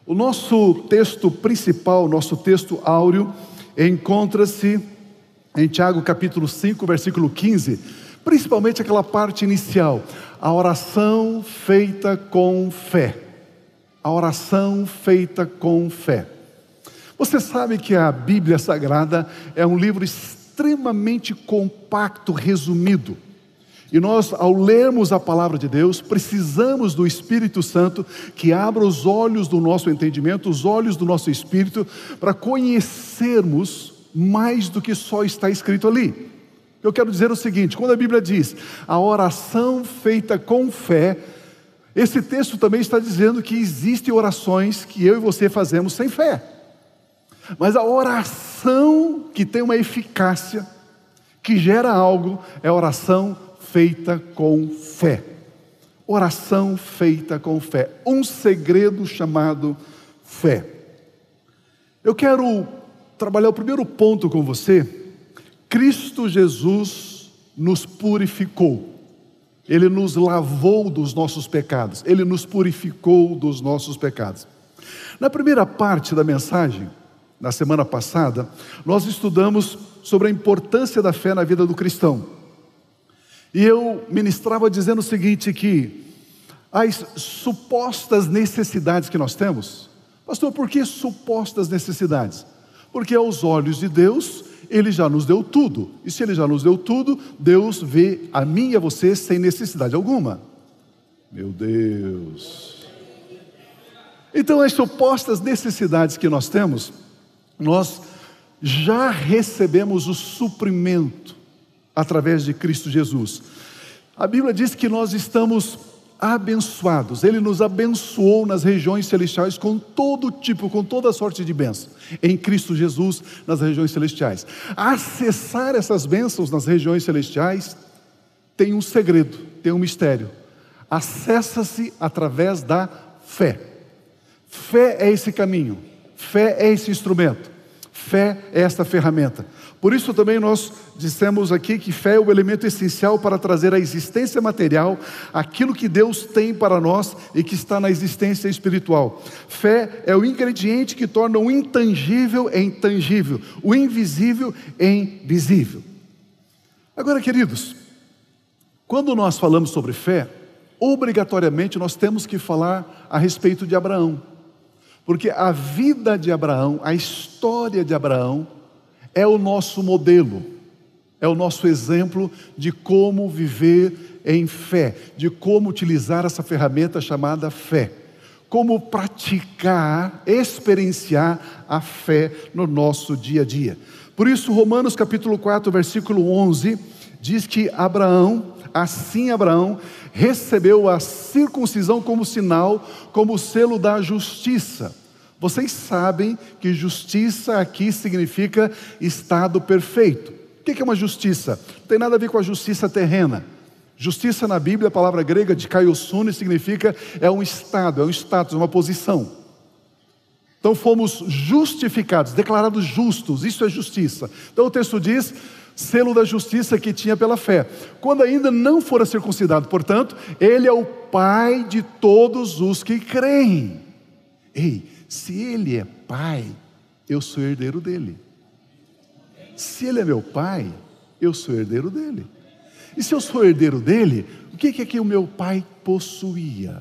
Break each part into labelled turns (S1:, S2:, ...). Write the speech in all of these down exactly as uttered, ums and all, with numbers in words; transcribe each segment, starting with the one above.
S1: O nosso texto principal, nosso texto áureo, encontra-se em Tiago capítulo cinco, versículo quinze, principalmente aquela parte inicial, a oração feita com fé. A oração feita com fé. Você sabe que a Bíblia Sagrada é um livro extremamente compacto, resumido. E nós, ao lermos a palavra de Deus, precisamos do Espírito Santo que abra os olhos do nosso entendimento, os olhos do nosso espírito, para conhecermos mais do que só está escrito ali. Eu quero dizer o seguinte: quando a Bíblia diz a oração feita com fé, esse texto também está dizendo que existem orações que eu e você fazemos sem fé. Mas a oração que tem uma eficácia, que gera algo, é a oração feita com fé. Oração feita com fé. Um segredo chamado fé. Eu quero trabalhar o primeiro ponto com você. Cristo Jesus nos purificou. Ele nos lavou dos nossos pecados. Ele nos purificou dos nossos pecados. Na primeira parte da mensagem, na semana passada, nós estudamos sobre a importância da fé na vida do cristão. E eu ministrava dizendo o seguinte, que as supostas necessidades que nós temos, pastor, por que supostas necessidades? Porque aos olhos de Deus, Ele já nos deu tudo. E se Ele já nos deu tudo, Deus vê a mim e a você sem necessidade alguma. Meu Deus! Então as supostas necessidades que nós temos, nós já recebemos o suprimento através de Cristo Jesus. A Bíblia diz que nós estamos abençoados. Ele nos abençoou nas regiões celestiais com todo tipo, com toda sorte de bênção, em Cristo Jesus nas regiões celestiais. Acessar essas bênçãos nas regiões celestiais tem um segredo, tem um mistério. Acessa-se através da fé. Fé é esse caminho, fé é esse instrumento, fé é esta ferramenta. Por isso também nós dissemos aqui que fé é o elemento essencial para trazer à existência material aquilo que Deus tem para nós e que está na existência espiritual. Fé é o ingrediente que torna o intangível em tangível, o invisível em visível. Agora, queridos, quando nós falamos sobre fé, obrigatoriamente nós temos que falar a respeito de Abraão. Porque a vida de Abraão, a história de Abraão, é o nosso modelo, é o nosso exemplo de como viver em fé, de como utilizar essa ferramenta chamada fé, como praticar, experienciar a fé no nosso dia a dia. Por isso, Romanos capítulo quatro, versículo onze, diz que Abraão, assim Abraão, recebeu a circuncisão como sinal, como selo da justiça. Vocês sabem que justiça aqui significa estado perfeito. O que é uma justiça? Não tem nada a ver com a justiça terrena. Justiça na Bíblia, a palavra grega de kaiosune, significa é um estado, é um status, uma posição. Então fomos justificados, declarados justos, isso é justiça. Então o texto diz, selo da justiça que tinha pela fé. Quando ainda não fora circuncidado, portanto, ele é o pai de todos os que creem. Ei, se Ele é pai, eu sou herdeiro dele. Se Ele é meu pai, eu sou herdeiro dele. E se eu sou herdeiro dele, o que é que o meu pai possuía?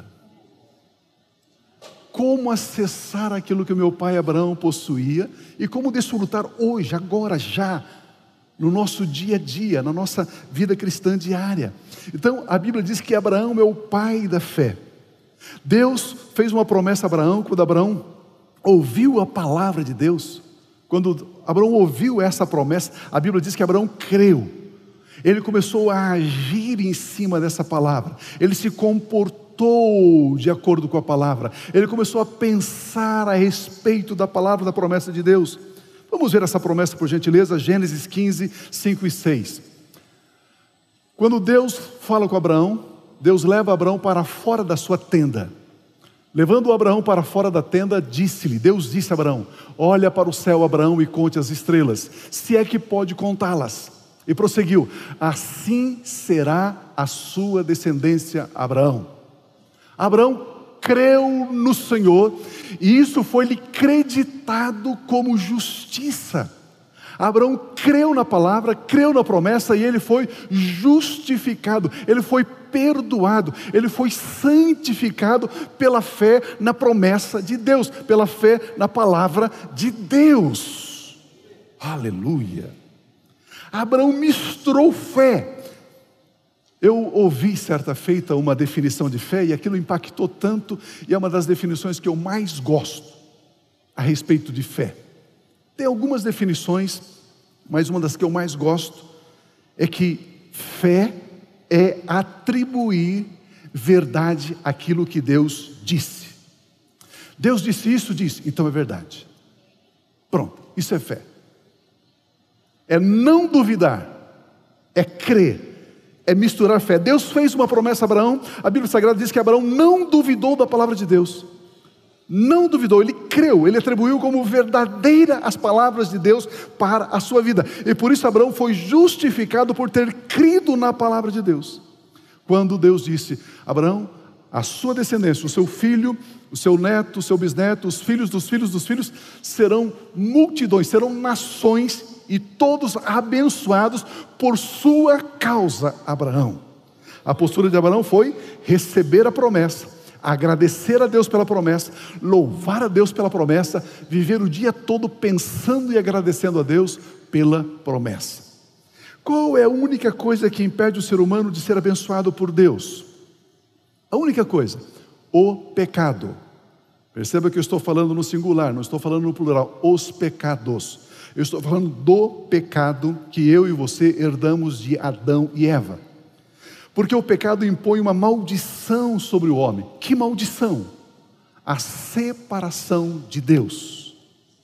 S1: Como acessar aquilo que o meu pai Abraão possuía e como desfrutar hoje, agora, já, no nosso dia a dia, na nossa vida cristã diária. Então a Bíblia diz que Abraão é o pai da fé. Deus fez uma promessa a Abraão, quando Abraão ouviu a palavra de Deus. Quando Abraão ouviu essa promessa, a Bíblia diz que Abraão creu. Ele começou a agir em cima dessa palavra. Ele se comportou de acordo com a palavra. Ele começou a pensar a respeito da palavra, da promessa de Deus. Vamos ver essa promessa, por gentileza, Gênesis quinze, cinco e seis. Quando Deus fala com Abraão, Deus leva Abraão para fora da sua tenda. Levando Abraão para fora da tenda, disse-lhe, Deus disse a Abraão, olha para o céu, Abraão, e conte as estrelas, se é que pode contá-las. E prosseguiu, assim será a sua descendência, Abraão. Abraão creu no Senhor, e isso foi-lhe creditado como justiça. Abraão creu na palavra, creu na promessa, e ele foi justificado, ele foi perdoado, ele foi santificado pela fé na promessa de Deus, pela fé na palavra de Deus. Aleluia! Abraão misturou fé. Eu ouvi certa feita uma definição de fé, e aquilo impactou tanto, e é uma das definições que eu mais gosto a respeito de fé. Tem algumas definições, mas uma das que eu mais gosto é que fé é atribuir verdade àquilo que Deus disse. Deus disse isso, disse, então é verdade. Pronto, isso é fé. É não duvidar, é crer, é misturar fé. Deus fez uma promessa a Abraão, a Bíblia Sagrada diz que Abraão não duvidou da palavra de Deus. Não duvidou, ele creu, ele atribuiu como verdadeira as palavras de Deus para a sua vida. E por isso Abraão foi justificado por ter crido na palavra de Deus. Quando Deus disse: Abraão, a sua descendência, o seu filho, o seu neto, o seu bisneto, os filhos dos filhos dos filhos, serão multidões, serão nações, e todos abençoados por sua causa, Abraão. A postura de Abraão foi receber a promessa, agradecer a Deus pela promessa, louvar a Deus pela promessa, viver o dia todo pensando e agradecendo a Deus pela promessa. Qual é a única coisa que impede o ser humano de ser abençoado por Deus? A única coisa: o pecado. Perceba que eu estou falando no singular, não estou falando no plural, os pecados. Eu estou falando do pecado que eu e você herdamos de Adão e Eva. Porque o pecado impõe uma maldição sobre o homem. Que maldição? A separação de Deus.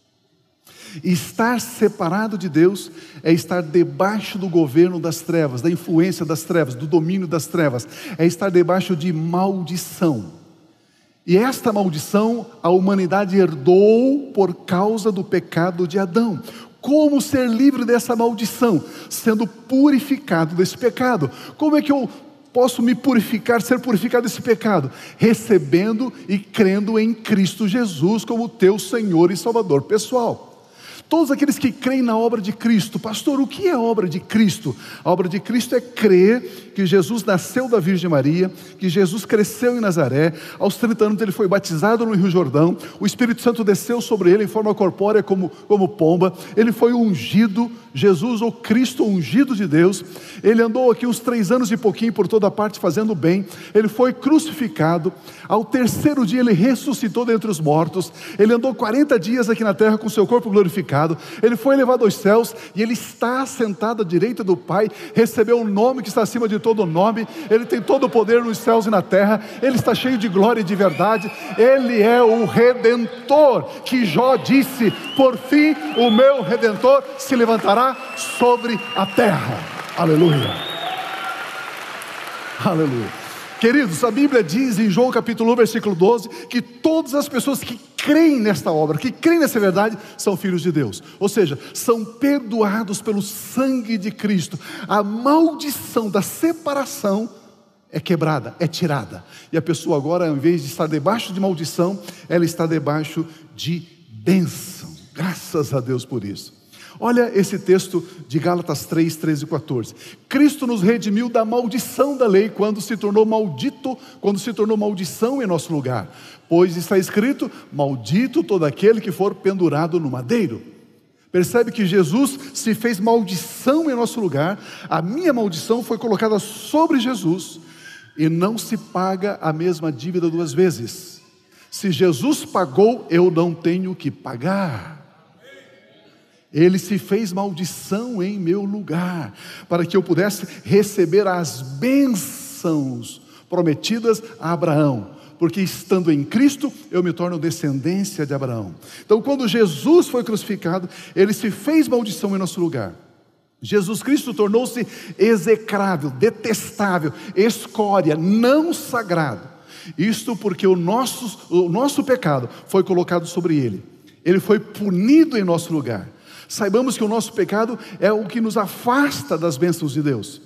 S1: Estar separado de Deus é estar debaixo do governo das trevas, da influência das trevas, do domínio das trevas. É estar debaixo de maldição. E esta maldição a humanidade herdou por causa do pecado de Adão. Como ser livre dessa maldição? Sendo purificado desse pecado. Como é que eu posso me purificar, ser purificado desse pecado? Recebendo e crendo em Cristo Jesus como teu Senhor e Salvador pessoal. Todos aqueles que creem na obra de Cristo. Pastor, o que é a obra de Cristo? A obra de Cristo é crer que Jesus nasceu da Virgem Maria, que Jesus cresceu em Nazaré, aos trinta anos ele foi batizado no Rio Jordão, o Espírito Santo desceu sobre ele em forma corpórea como, como pomba, ele foi ungido, Jesus, o Cristo ungido de Deus, ele andou aqui uns três anos e pouquinho por toda parte fazendo bem, ele foi crucificado, ao terceiro dia ele ressuscitou dentre os mortos, ele andou quarenta dias aqui na terra com seu corpo glorificado, ele foi levado aos céus e ele está sentado à direita do Pai, recebeu um nome que está acima de todo nome, ele tem todo o poder nos céus e na terra, ele está cheio de glória e de verdade, ele é o Redentor, que Jó disse: por fim o meu Redentor se levantará sobre a terra. Aleluia, aleluia. Queridos, a Bíblia diz em João capítulo um, versículo doze, que todas as pessoas que creem nesta obra, que creem nessa verdade, são filhos de Deus. Ou seja, são perdoados pelo sangue de Cristo. A maldição da separação é quebrada, é tirada. E a pessoa agora, ao invés de estar debaixo de maldição, ela está debaixo de bênção. Graças a Deus por isso. Olha esse texto de Gálatas três, treze e quatorze. Cristo nos redimiu da maldição da lei quando se tornou maldito, quando se tornou maldição em nosso lugar. Pois está escrito: maldito todo aquele que for pendurado no madeiro. Percebe que Jesus se fez maldição em nosso lugar. A minha maldição foi colocada sobre Jesus. E não se paga a mesma dívida duas vezes. Se Jesus pagou, eu não tenho que pagar. Ele se fez maldição em meu lugar, para que eu pudesse receber as bênçãos prometidas a Abraão, porque estando em Cristo, eu me torno descendência de Abraão. Então quando Jesus foi crucificado, ele se fez maldição em nosso lugar. Jesus Cristo tornou-se execrável, detestável, escória, não sagrado. Isto porque o nosso, o nosso pecado foi colocado sobre ele. Ele foi punido em nosso lugar. Saibamos que o nosso pecado é o que nos afasta das bênçãos de Deus.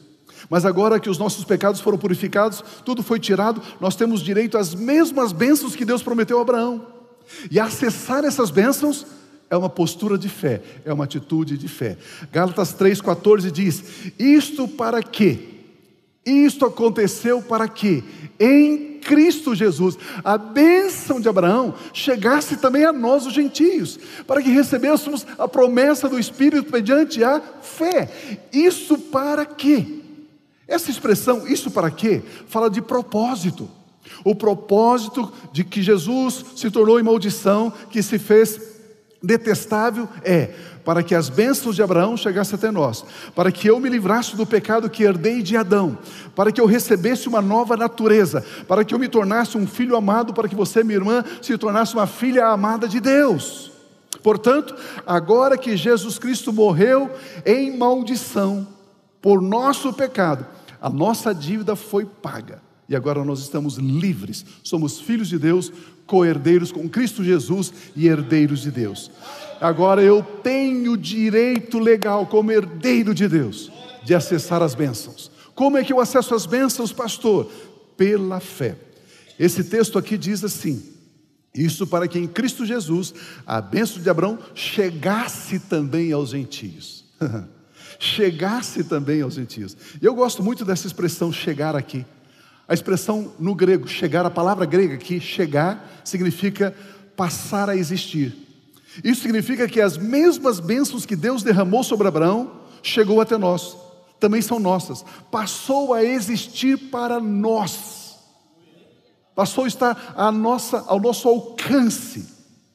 S1: Mas agora que os nossos pecados foram purificados, tudo foi tirado, nós temos direito às mesmas bênçãos que Deus prometeu a Abraão. E acessar essas bênçãos é uma postura de fé, é uma atitude de fé. Gálatas três, quatorze diz: isto para quê? Isto aconteceu para que em Cristo Jesus a bênção de Abraão chegasse também a nós os gentios, para que recebêssemos a promessa do Espírito mediante a fé. Isso para quê? Essa expressão, isso para quê? Fala de propósito. O propósito de que Jesus se tornou em maldição, que se fez detestável, é para que as bênçãos de Abraão chegassem até nós, para que eu me livrasse do pecado que herdei de Adão, para que eu recebesse uma nova natureza, para que eu me tornasse um filho amado, para que você, minha irmã, se tornasse uma filha amada de Deus. Portanto, agora que Jesus Cristo morreu em maldição por nosso pecado, a nossa dívida foi paga, e agora nós estamos livres, somos filhos de Deus, co-herdeiros com Cristo Jesus e herdeiros de Deus. Agora eu tenho direito legal, como herdeiro de Deus, de acessar as bênçãos. Como é que eu acesso as bênçãos, pastor? Pela fé. Esse texto aqui diz assim: isso para que em Cristo Jesus a bênção de Abraão chegasse também aos gentios. Chegasse também aos gentios. E eu gosto muito dessa expressão chegar aqui. A expressão no grego, chegar, a palavra grega aqui, chegar, significa passar a existir. Isso significa que as mesmas bênçãos que Deus derramou sobre Abraão, chegou até nós, também são nossas. Passou a existir para nós. Passou a estar a nossa, ao nosso alcance.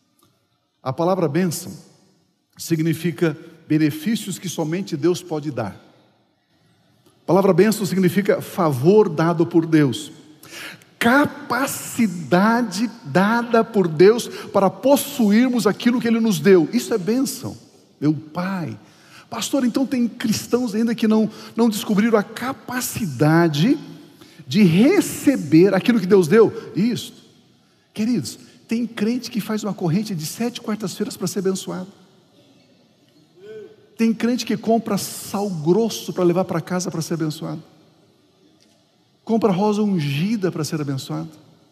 S1: A palavra bênção significa benefícios que somente Deus pode dar. A palavra bênção significa favor dado por Deus, capacidade dada por Deus para possuirmos aquilo que Ele nos deu. Isso é bênção, meu Pai. Pastor, então tem cristãos ainda que não, não descobriram a capacidade de receber aquilo que Deus deu? Isso, queridos, tem crente que faz uma corrente de sete quartas-feiras para ser abençoado. Tem crente que compra sal grosso para levar para casa para ser abençoado. Compra rosa ungida para ser abençoado.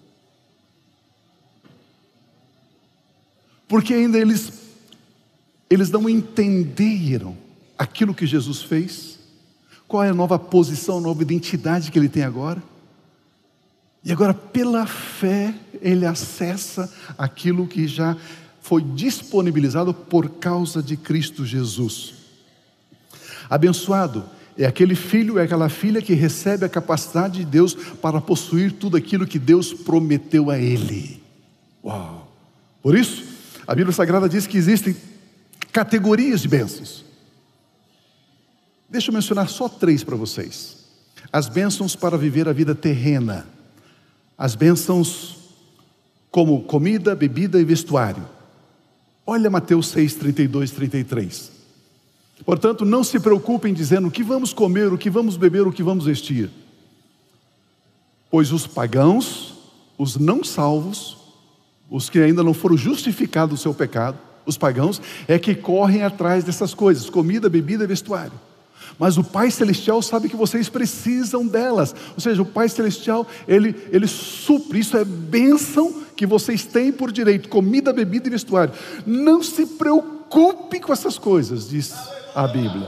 S1: Porque ainda eles, eles não entenderam aquilo que Jesus fez. Qual é a nova posição, a nova identidade que ele tem agora. E agora pela fé ele acessa aquilo que já foi disponibilizado por causa de Cristo Jesus. Abençoado é aquele filho, é aquela filha que recebe a capacidade de Deus para possuir tudo aquilo que Deus prometeu a ele. Uau! Por isso, a Bíblia Sagrada diz que existem categorias de bênçãos. Deixa eu mencionar só três para vocês. As bênçãos para viver a vida terrena. As bênçãos como comida, bebida e vestuário. Olha Mateus seis, trinta e dois, trinta e três. Portanto, não se preocupem dizendo o que vamos comer, o que vamos beber, o que vamos vestir. Pois os pagãos, os não salvos, os que ainda não foram justificados do seu pecado, os pagãos, é que correm atrás dessas coisas, comida, bebida e vestuário. Mas o Pai Celestial sabe que vocês precisam delas. Ou seja, o Pai Celestial, Ele, ele supre, isso é bênção que vocês têm por direito, comida, bebida e vestuário. Não se preocupe com essas coisas, diz a Bíblia.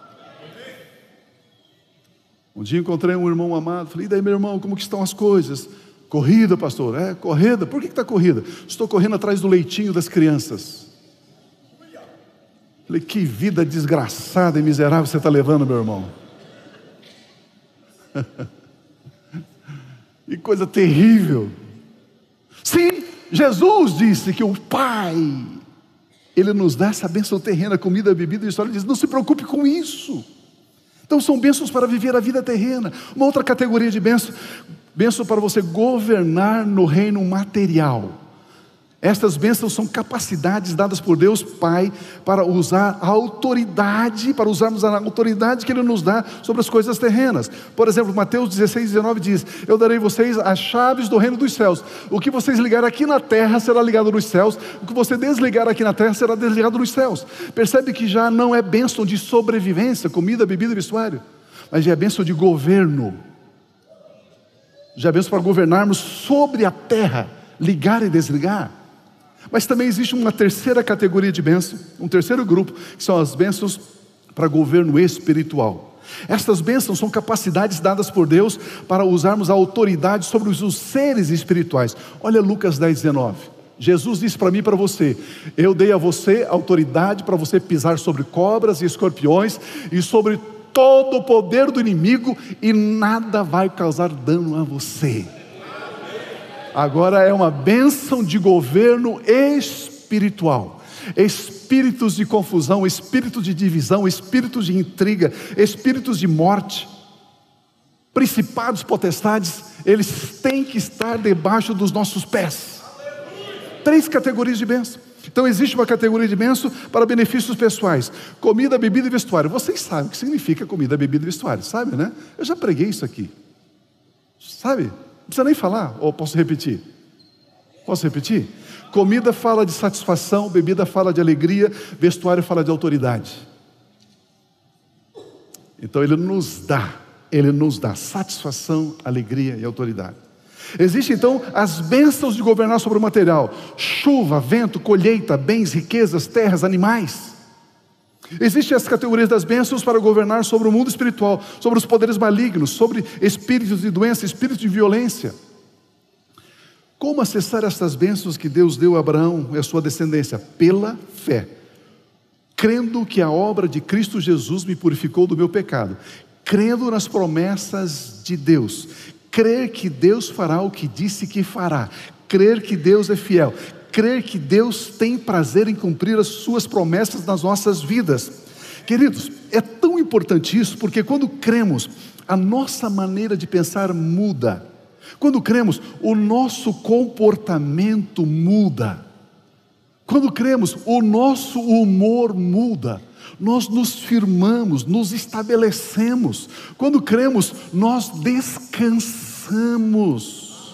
S1: Um dia encontrei um irmão amado, falei, e daí meu irmão, como que estão as coisas? Corrida, pastor. É, corrida, por que está corrida? Estou correndo atrás do leitinho das crianças. Falei, que vida desgraçada e miserável você está levando, meu irmão. Que coisa terrível. Sim, Jesus disse que o Pai, Ele nos dá essa bênção terrena, comida, bebida e história. Ele diz, não se preocupe com isso. Então são bênçãos para viver a vida terrena. Uma outra categoria de bênção, bênção para você governar no reino material. Estas bênçãos são capacidades dadas por Deus Pai para usar a autoridade, para usarmos a autoridade que Ele nos dá sobre as coisas terrenas. Por exemplo, Mateus dezesseis, dezenove diz, eu darei a vocês as chaves do reino dos céus. O que vocês ligarem aqui na terra será ligado nos céus, o que você desligar aqui na terra será desligado nos céus. Percebe que já não é bênção de sobrevivência, comida, bebida e vestuário, mas já é bênção de governo. Já é bênção para governarmos sobre a terra, ligar e desligar. Mas também existe uma terceira categoria de bênção, um terceiro grupo, que são as bênçãos para governo espiritual. Estas bênçãos são capacidades dadas por Deus para usarmos a autoridade sobre os seres espirituais. Olha Lucas dez, dezenove. Jesus disse para mim e para você: eu dei a você autoridade para você pisar sobre cobras e escorpiões e sobre todo o poder do inimigo, e nada vai causar dano a você. Agora é uma bênção de governo espiritual. Espíritos de confusão, espíritos de divisão, espíritos de intriga, espíritos de morte, principados, potestades, eles têm que estar debaixo dos nossos pés. Três categorias de bênção. Então existe uma categoria de bênção para benefícios pessoais: comida, bebida e vestuário. Vocês sabem o que significa comida, bebida e vestuário, sabe, né? Eu já preguei isso aqui, sabe? Não precisa nem falar, ou posso repetir? Posso repetir? Comida fala de satisfação, bebida fala de alegria, vestuário fala de autoridade. Então Ele nos dá, Ele nos dá satisfação, alegria e autoridade. Existem então as bênçãos de governar sobre o material: chuva, vento, colheita, bens, riquezas, terras, animais. Existem as categorias das bênçãos para governar sobre o mundo espiritual, sobre os poderes malignos, sobre espíritos de doença, espíritos de violência. Como acessar estas bênçãos que Deus deu a Abraão e a sua descendência? Pela fé, crendo que a obra de Cristo Jesus me purificou do meu pecado, crendo nas promessas de Deus, crer que Deus fará o que disse que fará, crer que Deus é fiel, crer que Deus tem prazer em cumprir as suas promessas nas nossas vidas. Queridos, é tão importante isso, porque quando cremos, a nossa maneira de pensar muda. Quando cremos, o nosso comportamento muda. Quando cremos, o nosso humor muda. Nós nos firmamos, nos estabelecemos. Quando cremos, nós descansamos.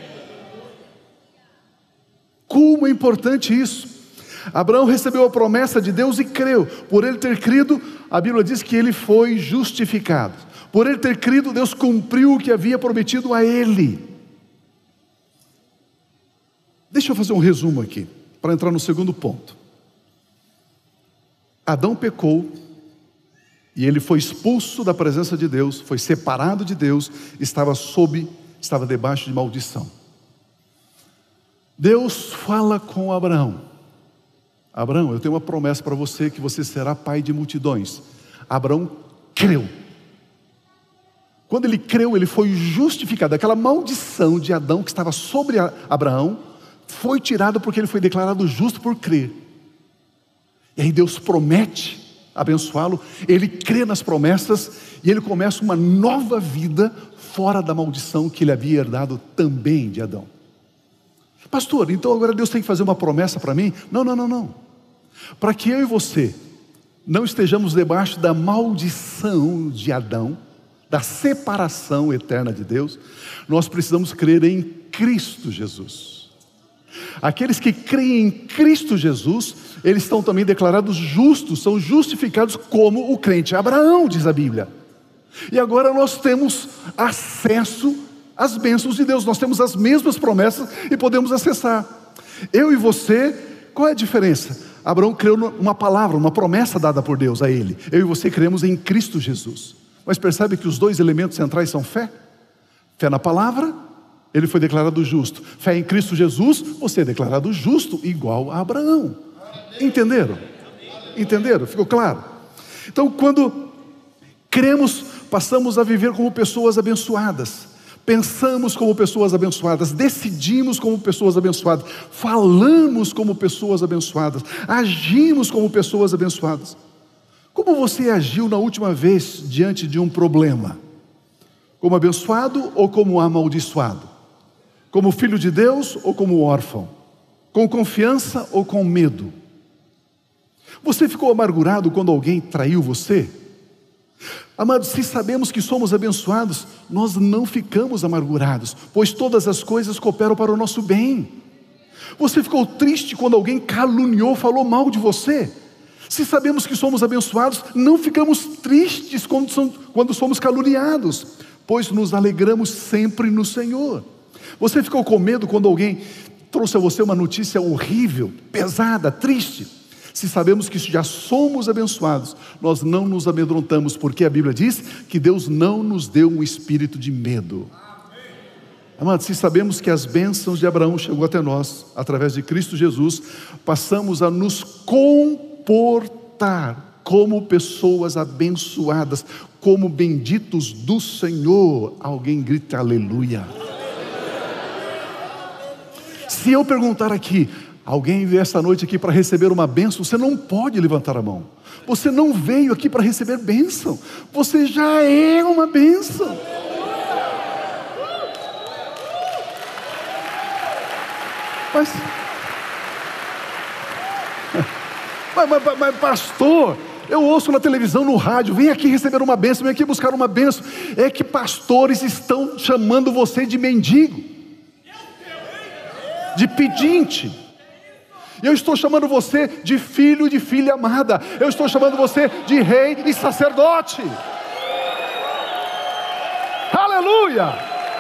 S1: Como é importante isso! Abraão recebeu a promessa de Deus e creu. Por ele ter crido, a Bíblia diz que ele foi justificado. Por ele ter crido, Deus cumpriu o que havia prometido a ele. Deixa eu fazer um resumo aqui, para entrar no segundo ponto. Adão pecou, e ele foi expulso da presença de Deus, foi separado de Deus, estava sob, estava debaixo de maldição. Deus fala com Abraão: Abraão, eu tenho uma promessa para você, que você será pai de multidões. Abraão creu. Quando ele creu, ele foi justificado. Aquela maldição de Adão que estava sobre Abraão foi tirada, porque ele foi declarado justo por crer. E aí Deus promete abençoá-lo, ele crê nas promessas, e ele começa uma nova vida fora da maldição que ele havia herdado também de Adão. Pastor, então agora Deus tem que fazer uma promessa para mim? Não, não, não, não. Para que eu e você não estejamos debaixo da maldição de Adão, da separação eterna de Deus, nós precisamos crer em Cristo Jesus. Aqueles que creem em Cristo Jesus, eles estão também declarados justos, são justificados como o crente Abraão, diz a Bíblia. E agora nós temos acesso às bênçãos de Deus, nós temos as mesmas promessas e podemos acessar. Eu e você, qual é a diferença? Abraão creu numa palavra, uma promessa dada por Deus a ele. Eu e você cremos em Cristo Jesus. Mas percebe que os dois elementos centrais são fé? Fé na palavra, ele foi declarado justo. Fé em Cristo Jesus, você é declarado justo igual a Abraão. Entenderam? Entenderam? Ficou claro? Então, quando cremos, passamos a viver como pessoas abençoadas. Pensamos como pessoas abençoadas, decidimos como pessoas abençoadas, falamos como pessoas abençoadas, agimos como pessoas abençoadas. Como você agiu na última vez diante de um problema? Como abençoado ou como amaldiçoado? Como filho de Deus ou como órfão? Com confiança ou com medo? Você ficou amargurado quando alguém traiu você? Amados, se sabemos que somos abençoados, nós não ficamos amargurados, pois todas as coisas cooperam para o nosso bem. Você ficou triste quando alguém caluniou, falou mal de você? Se sabemos que somos abençoados, não ficamos tristes quando, são, quando somos caluniados, pois nos alegramos sempre no Senhor. Você ficou com medo quando alguém trouxe a você uma notícia horrível, pesada, triste? Se sabemos que já somos abençoados, nós não nos amedrontamos, porque a Bíblia diz que Deus não nos deu um espírito de medo. Amados, se sabemos que as bênçãos de Abraão chegou até nós, através de Cristo Jesus, passamos a nos comportar como pessoas abençoadas, como benditos do Senhor. Alguém grita aleluia. Se eu perguntar aqui, alguém veio essa noite aqui para receber uma bênção, você não pode levantar a mão. Você não veio aqui para receber bênção, você já é uma bênção. Mas, mas, mas, mas pastor, eu ouço na televisão, no rádio, vem aqui receber uma bênção, vem aqui buscar uma bênção. É que pastores estão chamando você de mendigo, de pedinte. Eu estou chamando você de filho e de filha amada. Eu estou chamando você de rei e sacerdote. Aleluia!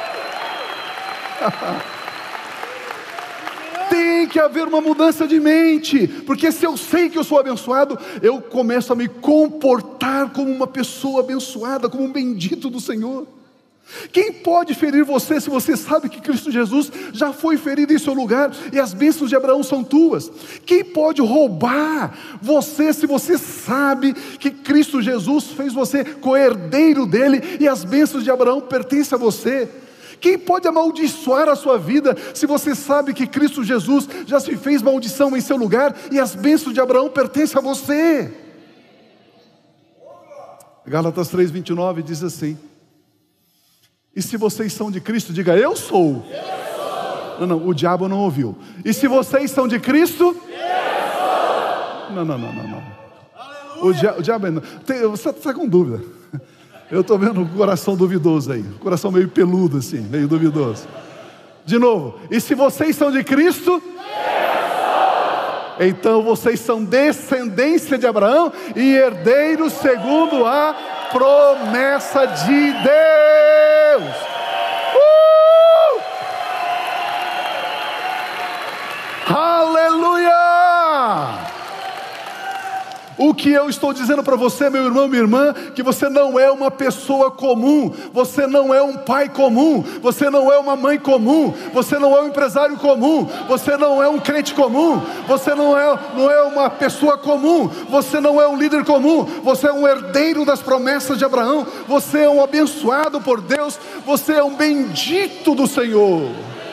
S1: Tem que haver uma mudança de mente, porque se eu sei que eu sou abençoado, eu começo a me comportar como uma pessoa abençoada, como um bendito do Senhor. Quem pode ferir você se você sabe que Cristo Jesus já foi ferido em seu lugar e as bênçãos de Abraão são tuas? Quem pode roubar você se você sabe que Cristo Jesus fez você co-herdeiro dele e as bênçãos de Abraão pertencem a você? Quem pode amaldiçoar a sua vida se você sabe que Cristo Jesus já se fez maldição em seu lugar e as bênçãos de Abraão pertencem a você? Gálatas três, vinte e nove diz assim: e se vocês são de Cristo, diga eu sou. Eu sou. Não, não, o diabo não ouviu. E se vocês são de Cristo? Eu sou. Não, não, não, não, não. O, dia, o diabo não. Tem, você está com dúvida. Eu estou vendo o coração duvidoso aí. O coração meio peludo assim, meio duvidoso. De novo. E se vocês são de Cristo? Eu sou. Então vocês são descendência de Abraão e herdeiros segundo a promessa de Deus. Uh! Aleluia! O que eu estou dizendo para você, meu irmão, minha irmã, que você não é uma pessoa comum, você não é um pai comum, você não é uma mãe comum, você não é um empresário comum, você não é um crente comum, você não é, não é uma pessoa comum, você não é um líder comum, você é um herdeiro das promessas de Abraão, você é um abençoado por Deus, você é um bendito do Senhor.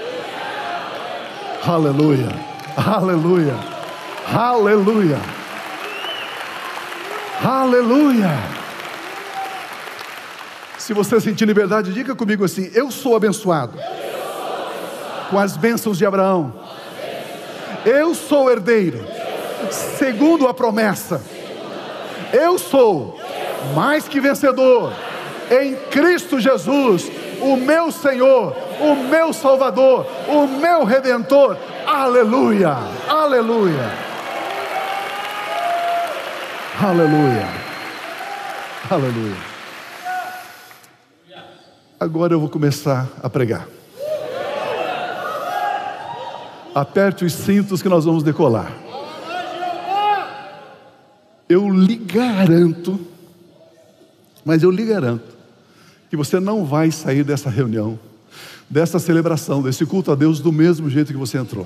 S1: Aleluia, aleluia, aleluia. Aleluia! Se você sentir liberdade, diga comigo assim: eu sou abençoado, eu sou abençoado. Com as bênçãos de Abraão. Eu sou herdeiro segundo a promessa. Eu sou mais que vencedor em Cristo Jesus, o meu Senhor, o meu Salvador, o meu Redentor. Aleluia! Aleluia! Aleluia, aleluia. Agora eu vou começar a pregar. Aperte os cintos que nós vamos decolar. Eu lhe garanto, mas eu lhe garanto, que você não vai sair dessa reunião, dessa celebração, desse culto a Deus do mesmo jeito que você entrou.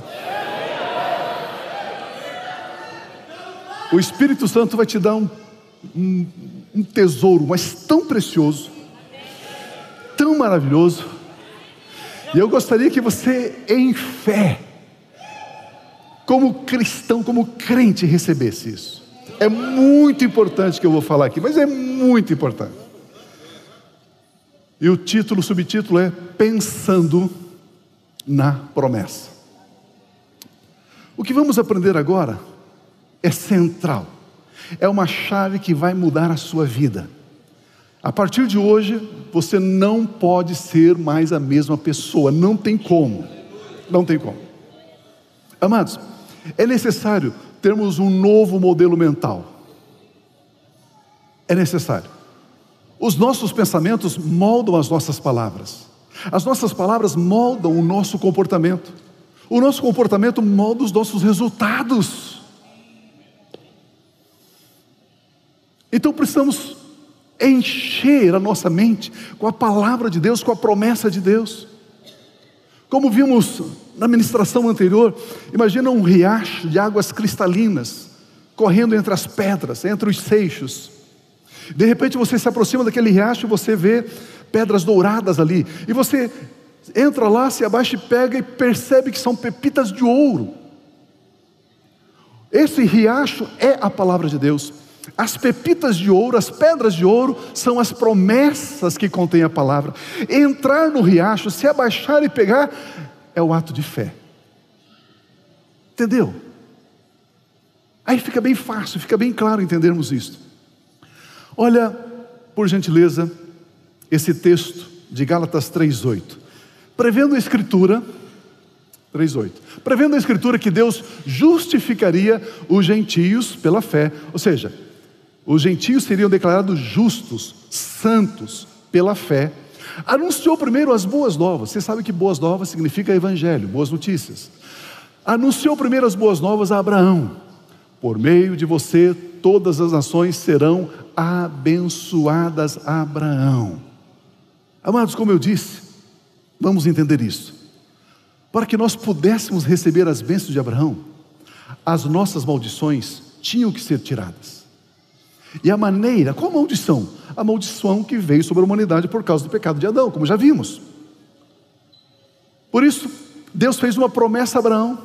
S1: O Espírito Santo vai te dar um, um, um tesouro, mas tão precioso, tão maravilhoso. E eu gostaria que você, em fé, como cristão, como crente, recebesse isso. É muito importante que eu vou falar aqui, mas é muito importante. E o título, o subtítulo é Pensando na Promessa. O que vamos aprender agora é central, é uma chave que vai mudar a sua vida. A partir de hoje, você não pode ser mais a mesma pessoa, não tem como, não tem como. Amados, é necessário termos um novo modelo mental. é necessário. Os nossos pensamentos moldam as nossas palavras. As nossas palavras moldam o nosso comportamento. O nosso comportamento molda os nossos resultados. Então precisamos encher a nossa mente com a palavra de Deus, com a promessa de Deus. Como vimos na ministração anterior, imagina um riacho de águas cristalinas, correndo entre as pedras, entre os seixos. De repente você se aproxima daquele riacho e você vê pedras douradas ali. E você entra lá, se abaixa e pega e percebe que são pepitas de ouro. Esse riacho é a palavra de Deus. As pepitas de ouro, as pedras de ouro, são as promessas que contém a palavra. Entrar no riacho, se abaixar e pegar, é o ato de fé. Entendeu? Aí fica bem fácil, fica bem claro entendermos isso. Olha, por gentileza, esse texto de Gálatas três oito. Prevendo a Escritura, três oito. Prevendo a Escritura que Deus justificaria os gentios pela fé, ou seja, os gentios seriam declarados justos, santos, pela fé. Anunciou primeiro as boas novas. Você sabe que boas novas significa evangelho, boas notícias. Anunciou primeiro as boas novas a Abraão. Por meio de você, todas as nações serão abençoadas a Abraão. Amados, como eu disse, vamos entender isso. Para que nós pudéssemos receber as bênçãos de Abraão, as nossas maldições tinham que ser tiradas. E a maneira, qual maldição? A maldição que veio sobre a humanidade por causa do pecado de Adão, como já vimos. Por isso, Deus fez uma promessa a Abraão,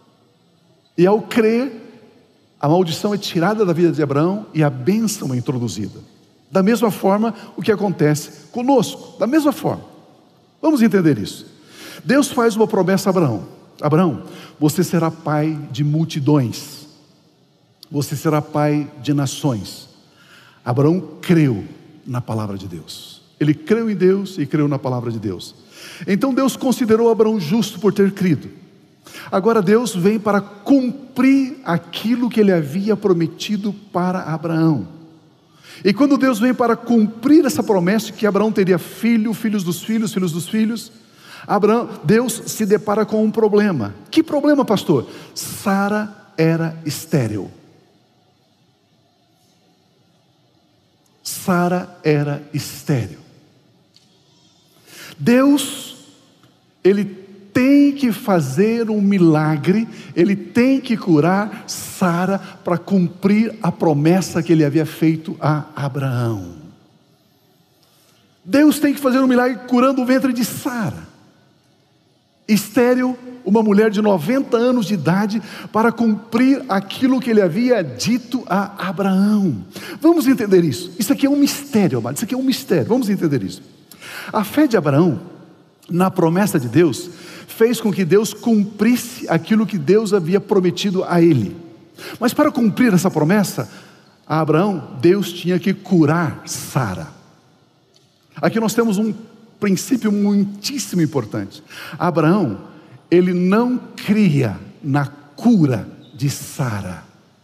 S1: e ao crer, a maldição é tirada da vida de Abraão e a bênção é introduzida. Da mesma forma, o que acontece conosco, da mesma forma. Vamos entender isso. Deus faz uma promessa a Abraão. Abraão, você será pai de multidões. Você será pai de nações. Abraão creu na palavra de Deus. Ele creu em Deus e creu na palavra de Deus. Então Deus considerou Abraão justo por ter crido. Agora Deus vem para cumprir aquilo que Ele havia prometido para Abraão. E quando Deus vem para cumprir essa promessa que Abraão teria filho, filhos dos filhos, filhos dos filhos, Abraão, Deus se depara com um problema. Que problema, pastor? Sara era estéril. Sara era estéril. Deus, Ele tem que fazer um milagre, Ele tem que curar Sara para cumprir a promessa que Ele havia feito a Abraão. Deus tem que fazer um milagre curando o ventre de Sara, estéril, uma mulher de noventa anos de idade, para cumprir aquilo que Ele havia dito a Abraão. Vamos entender isso. Isso aqui é um mistério, amado. Isso aqui é um mistério. Vamos entender isso. A fé de Abraão na promessa de Deus fez com que Deus cumprisse aquilo que Deus havia prometido a ele. Mas para cumprir essa promessa a Abraão, Deus tinha que curar Sara. Aqui nós temos um princípio muitíssimo importante. Abraão, ele não cria na cura de Sara.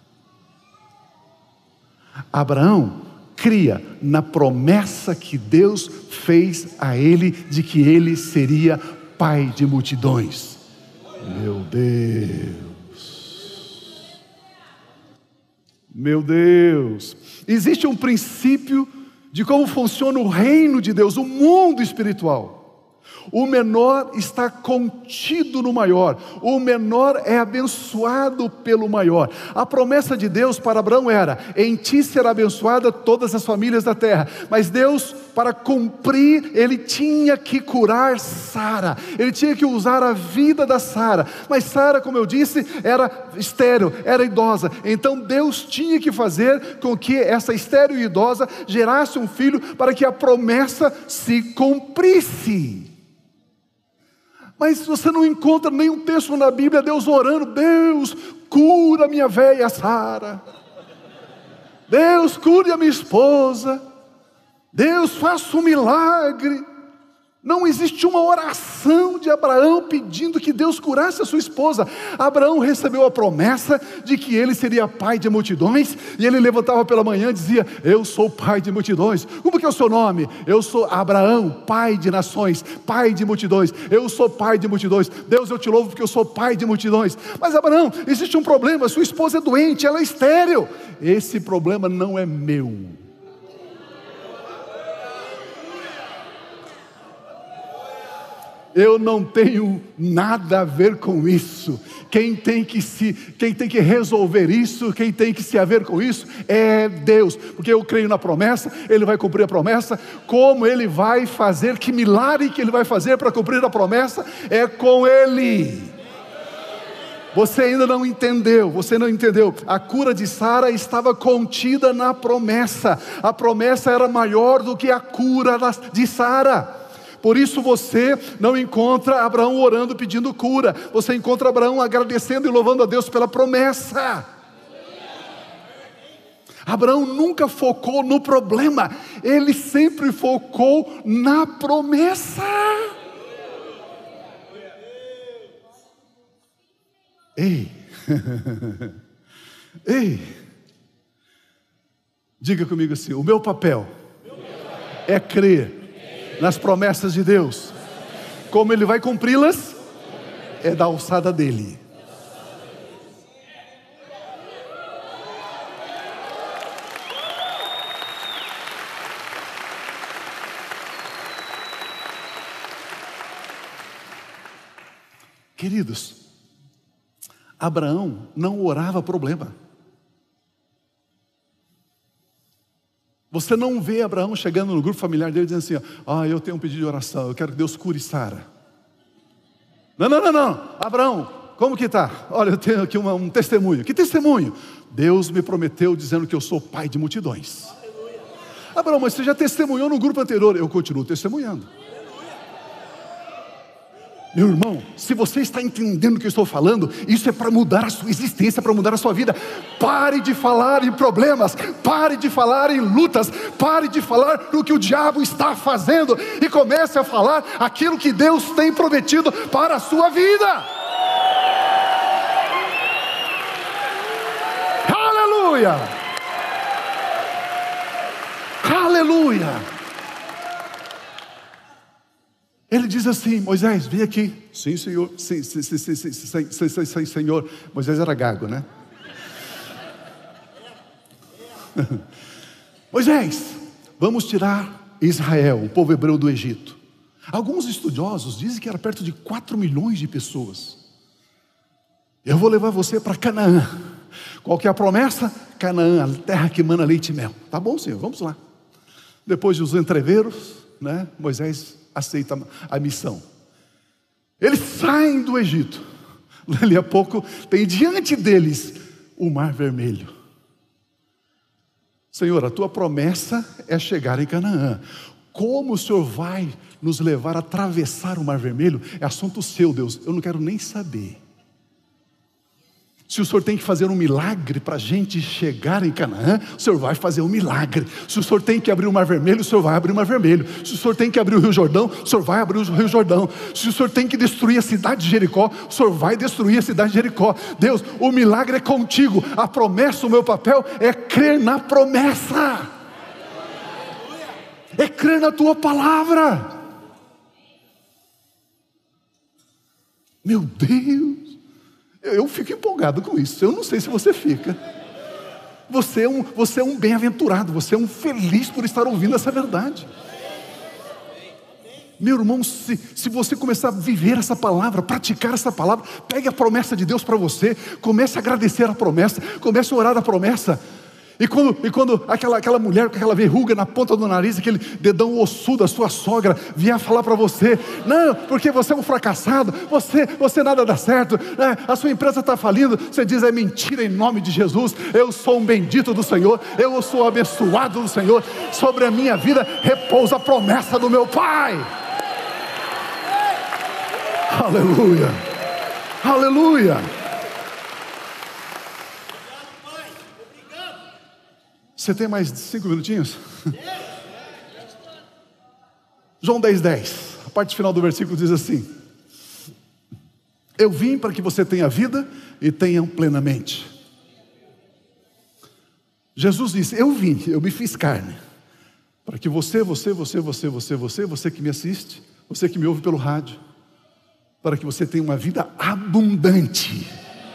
S1: Abraão cria na promessa que Deus fez a ele de que ele seria pai de multidões. Meu Deus, meu Deus, existe um princípio de como funciona o reino de Deus, o mundo espiritual. O menor está contido no maior, o menor é abençoado pelo maior. A promessa de Deus para Abraão era: em ti será abençoada todas as famílias da terra. Mas Deus, para cumprir, Ele tinha que curar Sara, Ele tinha que usar a vida da Sara. Mas Sara, como eu disse, era estéril, era idosa. Então Deus tinha que fazer com que essa estéril e idosa gerasse um filho, para que a promessa se cumprisse. Mas você não encontra nenhum texto na Bíblia Deus orando: Deus, cura minha velha Sara, Deus, cure a minha esposa, Deus, faça um milagre. Não existe uma oração de Abraão pedindo que Deus curasse a sua esposa. Abraão recebeu a promessa de que ele seria pai de multidões, e ele levantava pela manhã e dizia: eu sou pai de multidões. Como que é o seu nome? Eu sou Abraão, pai de nações, pai de multidões. Eu sou pai de multidões. Deus, eu te louvo porque eu sou pai de multidões. Mas Abraão, existe um problema, sua esposa é doente, ela é estéril. Esse problema não é meu. Eu não tenho nada a ver com isso. Quem tem que se, quem tem que resolver isso, quem tem que se haver com isso é Deus, porque eu creio na promessa. Ele vai cumprir a promessa. Como Ele vai fazer, que milagre que Ele vai fazer para cumprir a promessa, é com Ele. Você ainda não entendeu, você não entendeu. A cura de Sara estava contida na promessa. A promessa era maior do que a cura de Sara. Por isso você não encontra Abraão orando pedindo cura. Você encontra Abraão agradecendo e louvando a Deus pela promessa. Abraão nunca focou no problema, ele sempre focou na promessa. Ei, ei, diga comigo assim: o meu papel é crer nas promessas de Deus. Como Ele vai cumpri-las? É da alçada dEle. Queridos, Abraão não orava problema. Você não vê Abraão chegando no grupo familiar dele dizendo assim: ah, eu tenho um pedido de oração, eu quero que Deus cure Sara. Não, não, não, não. Abraão, como que está? Olha, eu tenho aqui uma, um testemunho. Que testemunho? Deus me prometeu dizendo que eu sou pai de multidões. Aleluia. Abraão, mas você já testemunhou no grupo anterior. Eu continuo testemunhando. Meu irmão, se você está entendendo o que eu estou falando, isso é para mudar a sua existência, para mudar a sua vida. Pare de falar em problemas, pare de falar em lutas, pare de falar no que o diabo está fazendo e comece a falar aquilo que Deus tem prometido para a sua vida. Aleluia! Aleluia! Ele diz assim: Moisés, vem aqui. Sim, senhor. Sim, sim, sim, sim, sim, sim, sim, sim, sim, senhor. Moisés era gago, né? Moisés, vamos tirar Israel, o povo hebreu, do Egito. Alguns estudiosos dizem que era perto de quatro milhões de pessoas. Eu vou levar você para Canaã. Qual que é a promessa? Canaã, a terra que mana leite e mel. Tá bom, senhor, vamos lá. Depois dos entreveros, né, Moisés aceita a missão. Eles saem do Egito. Dali a pouco tem diante deles o Mar Vermelho. Senhor, a tua promessa é chegar em Canaã. Como o Senhor vai nos levar a atravessar o Mar Vermelho? É assunto seu, Deus. Eu não quero nem saber. Se o Senhor tem que fazer um milagre para a gente chegar em Canaã, o Senhor vai fazer um milagre. Se o Senhor tem que abrir o Mar Vermelho, o Senhor vai abrir o Mar Vermelho. Se o Senhor tem que abrir o Rio Jordão, o Senhor vai abrir o Rio Jordão. Se o Senhor tem que destruir a cidade de Jericó, o Senhor vai destruir a cidade de Jericó. Deus, o milagre é contigo. A promessa, o meu papel é crer na promessa. É crer na tua palavra. Meu Deus, eu fico empolgado com isso. Eu não sei se você fica. Você é um, você é um bem-aventurado, você é um feliz por estar ouvindo essa verdade. Meu irmão, se, se você começar a viver essa palavra, praticar essa palavra, pegue a promessa de Deus para você, comece a agradecer a promessa, comece a orar a promessa. E quando, e quando aquela, aquela mulher com aquela verruga na ponta do nariz, aquele dedão ossudo da sua sogra, vier falar para você: não, porque você é um fracassado, você, você nada dá certo, né? A sua empresa está falindo, você diz: é mentira, em nome de Jesus, eu sou um bendito do Senhor, eu sou abençoado do Senhor, sobre a minha vida repousa a promessa do meu Pai. Aleluia, aleluia. Você tem mais cinco minutinhos? João dez, dez. parte final do versículo diz assim: eu vim para que você tenha vida e tenha plenamente. Jesus disse: eu vim, eu me fiz carne, para que você, você, você, você, você, você, você que me assiste, você que me ouve pelo rádio, para que você tenha uma vida abundante.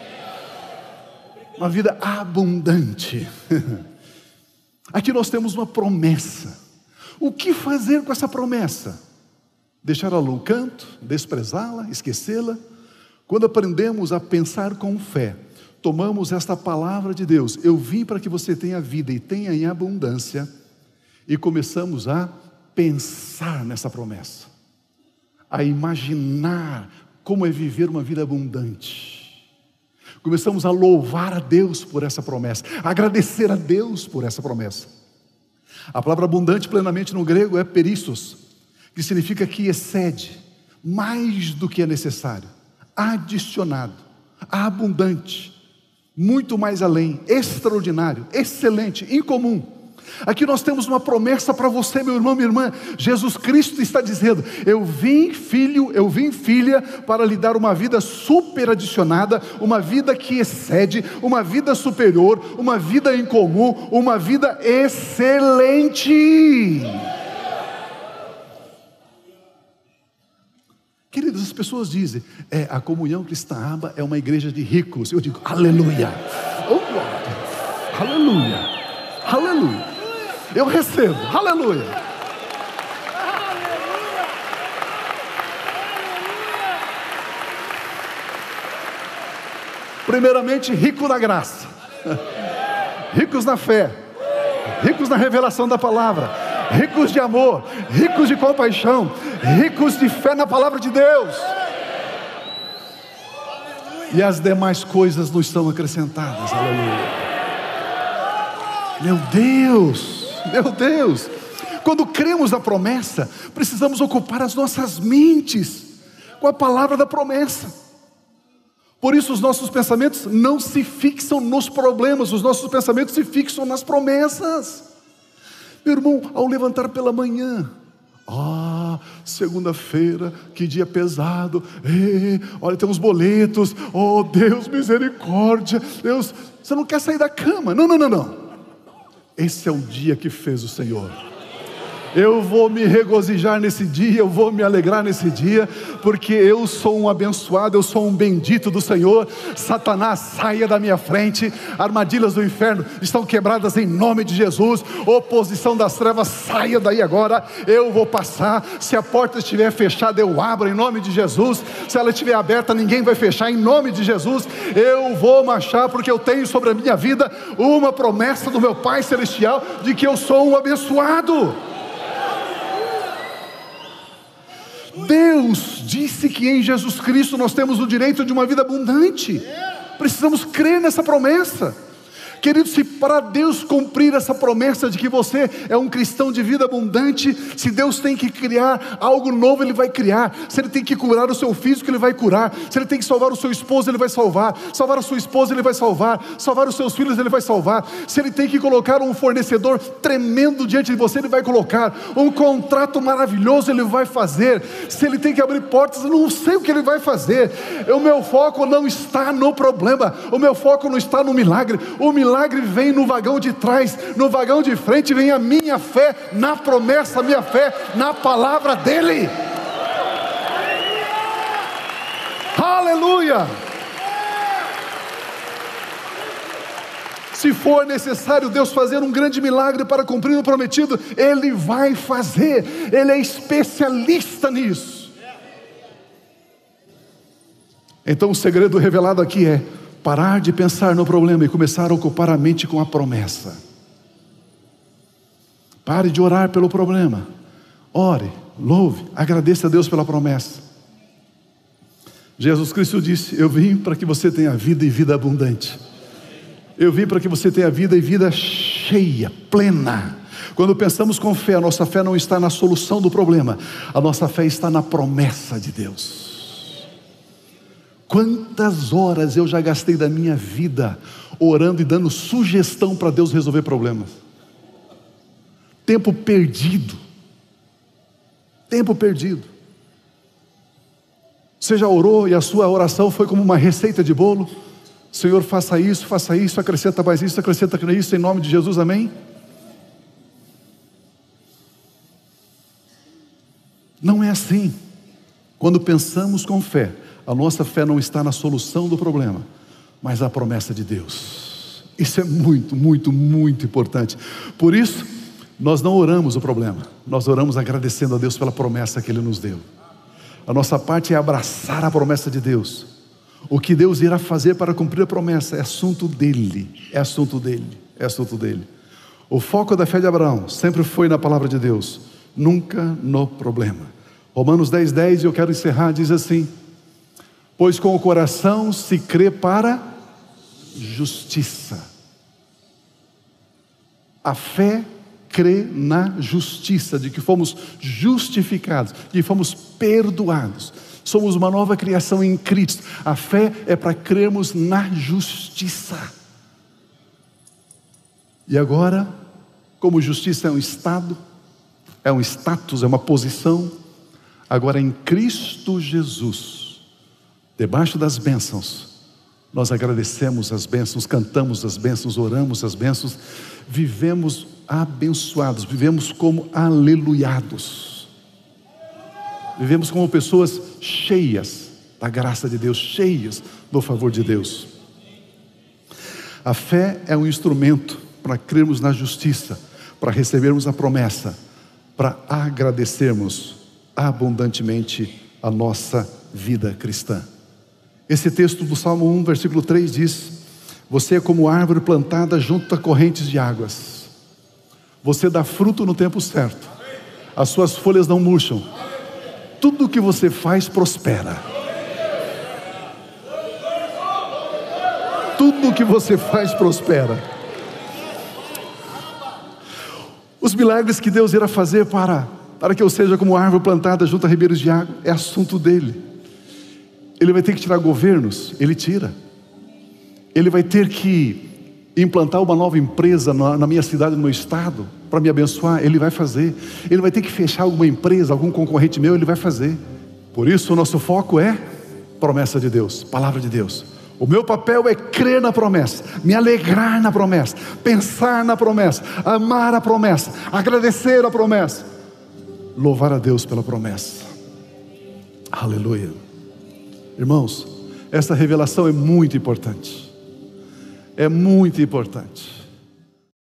S1: Uma vida abundante. Aqui nós temos uma promessa. O que fazer com essa promessa? Deixá-la no canto, desprezá-la, esquecê-la? Quando aprendemos a pensar com fé, tomamos esta palavra de Deus: eu vim para que você tenha vida e tenha em abundância, e começamos a pensar nessa promessa, a imaginar como é viver uma vida abundante. Começamos a louvar a Deus por essa promessa, a agradecer a Deus por essa promessa. A palavra abundante plenamente no grego é perissos, que significa que excede, mais do que é necessário, adicionado, abundante, muito mais além, extraordinário, excelente, incomum. Aqui nós temos uma promessa para você, meu irmão, minha irmã. Jesus Cristo está dizendo: eu vim, filho, eu vim, filha, para lhe dar uma vida super adicionada, uma vida que excede, uma vida superior, uma vida incomum, uma vida excelente. Queridos, as pessoas dizem: é, a Comunhão Cristã Aba é uma igreja de ricos. Eu digo: aleluia, oh glória, aleluia, aleluia. Eu recebo, aleluia. Primeiramente, rico na graça, ricos na fé, ricos na revelação da palavra, ricos de amor, ricos de compaixão, ricos de fé na palavra de Deus. E as demais coisas nos são acrescentadas, aleluia. Meu Deus, meu Deus, quando cremos na promessa, precisamos ocupar as nossas mentes com a palavra da promessa. Por isso os nossos pensamentos não se fixam nos problemas, os nossos pensamentos se fixam nas promessas. Meu irmão, ao levantar pela manhã, ah, segunda-feira, que dia pesado, Ei, olha, tem uns boletos, oh Deus, misericórdia, Deus, você não quer sair da cama, não, não, não, não. Esse é o dia que fez o Senhor. Eu vou me regozijar nesse dia, eu vou me alegrar nesse dia, porque eu sou um abençoado, eu sou um bendito do Senhor. Satanás, saia da minha frente. Armadilhas do inferno estão quebradas em nome de Jesus. Oposição das trevas, saia daí agora. Eu vou passar. Se a porta estiver fechada, eu abro em nome de Jesus. Se ela estiver aberta, ninguém vai fechar em nome de Jesus. Eu vou marchar, porque eu tenho sobre a minha vida uma promessa do meu Pai Celestial, de que eu sou um abençoado. Deus disse que em Jesus Cristo nós temos o direito de uma vida abundante. Precisamos crer nessa promessa. Querido, se para Deus cumprir essa promessa de que você é um cristão de vida abundante, se Deus tem que criar algo novo, Ele vai criar. Se Ele tem que curar o seu físico, Ele vai curar. Se Ele tem que salvar o seu esposo, Ele vai salvar. Salvar a sua esposa, Ele vai salvar. Salvar os seus filhos, Ele vai salvar. Se Ele tem que colocar um fornecedor tremendo diante de você, Ele vai colocar. Um contrato maravilhoso, Ele vai fazer. Se Ele tem que abrir portas, eu não sei o que Ele vai fazer. O meu foco não está no problema. O meu foco não está no milagre. O milagre O milagre vem no vagão de trás, no vagão de frente vem a minha fé na promessa, a minha fé na palavra dEle. Aleluia! Se for necessário Deus fazer um grande milagre para cumprir o prometido, Ele vai fazer. Ele é especialista nisso. Então o segredo revelado aqui é parar de pensar no problema e começar a ocupar a mente com a promessa. Pare de orar pelo problema. Ore, louve, agradeça a Deus pela promessa. Jesus Cristo disse: eu vim para que você tenha vida e vida abundante. Eu vim para que você tenha vida e vida cheia, plena. Quando pensamos com fé, a nossa fé não está na solução do problema, a nossa fé está na promessa de Deus. Quantas horas eu já gastei da minha vida orando e dando sugestão para Deus resolver problemas. Tempo perdido. Tempo perdido. Você já orou e a sua oração foi como uma receita de bolo? Senhor, faça isso, faça isso, acrescenta mais isso, acrescenta isso, em nome de Jesus, amém? Não é assim. Quando pensamos com fé, a nossa fé não está na solução do problema, mas na promessa de Deus. Isso é muito, muito, muito importante. Por isso, nós não oramos o problema, nós oramos agradecendo a Deus pela promessa que Ele nos deu. A nossa parte é abraçar a promessa de Deus. O que Deus irá fazer para cumprir a promessa é assunto dEle, é assunto dEle, é assunto dEle. O foco da fé de Abraão sempre foi na palavra de Deus, nunca no problema. Romanos dez, dez, e eu quero encerrar, diz assim: pois com o coração se crê para justiça. A fé crê na justiça, de que fomos justificados, de que fomos perdoados. Somos uma nova criação em Cristo. A fé é para crermos na justiça. E agora, como justiça é um estado, é um status, é uma posição, agora em Cristo Jesus, debaixo das bênçãos, nós agradecemos as bênçãos, cantamos as bênçãos, oramos as bênçãos, vivemos abençoados, vivemos como aleluiados, vivemos como pessoas cheias da graça de Deus, cheias do favor de Deus. A fé é um instrumento para crermos na justiça, para recebermos a promessa, para agradecermos abundantemente a nossa vida cristã. Esse texto do Salmo um, versículo três diz: você é como árvore plantada junto a correntes de águas. Você dá fruto no tempo certo. As suas folhas não murcham. Tudo o que você faz prospera. Tudo o que você faz prospera. Os milagres que Deus irá fazer para, para que eu seja como árvore plantada junto a ribeiros de água, é assunto dele. Ele vai ter que tirar governos, ele tira. Ele vai ter que implantar uma nova empresa na, na minha cidade, no meu estado, para me abençoar, ele vai fazer. Ele vai ter que fechar alguma empresa, algum concorrente meu, ele vai fazer. Por isso o nosso foco é promessa de Deus, palavra de Deus. O meu papel é crer na promessa, me alegrar na promessa, pensar na promessa, amar a promessa, agradecer a promessa, louvar a Deus pela promessa. Aleluia. Irmãos, essa revelação é muito importante. É muito importante.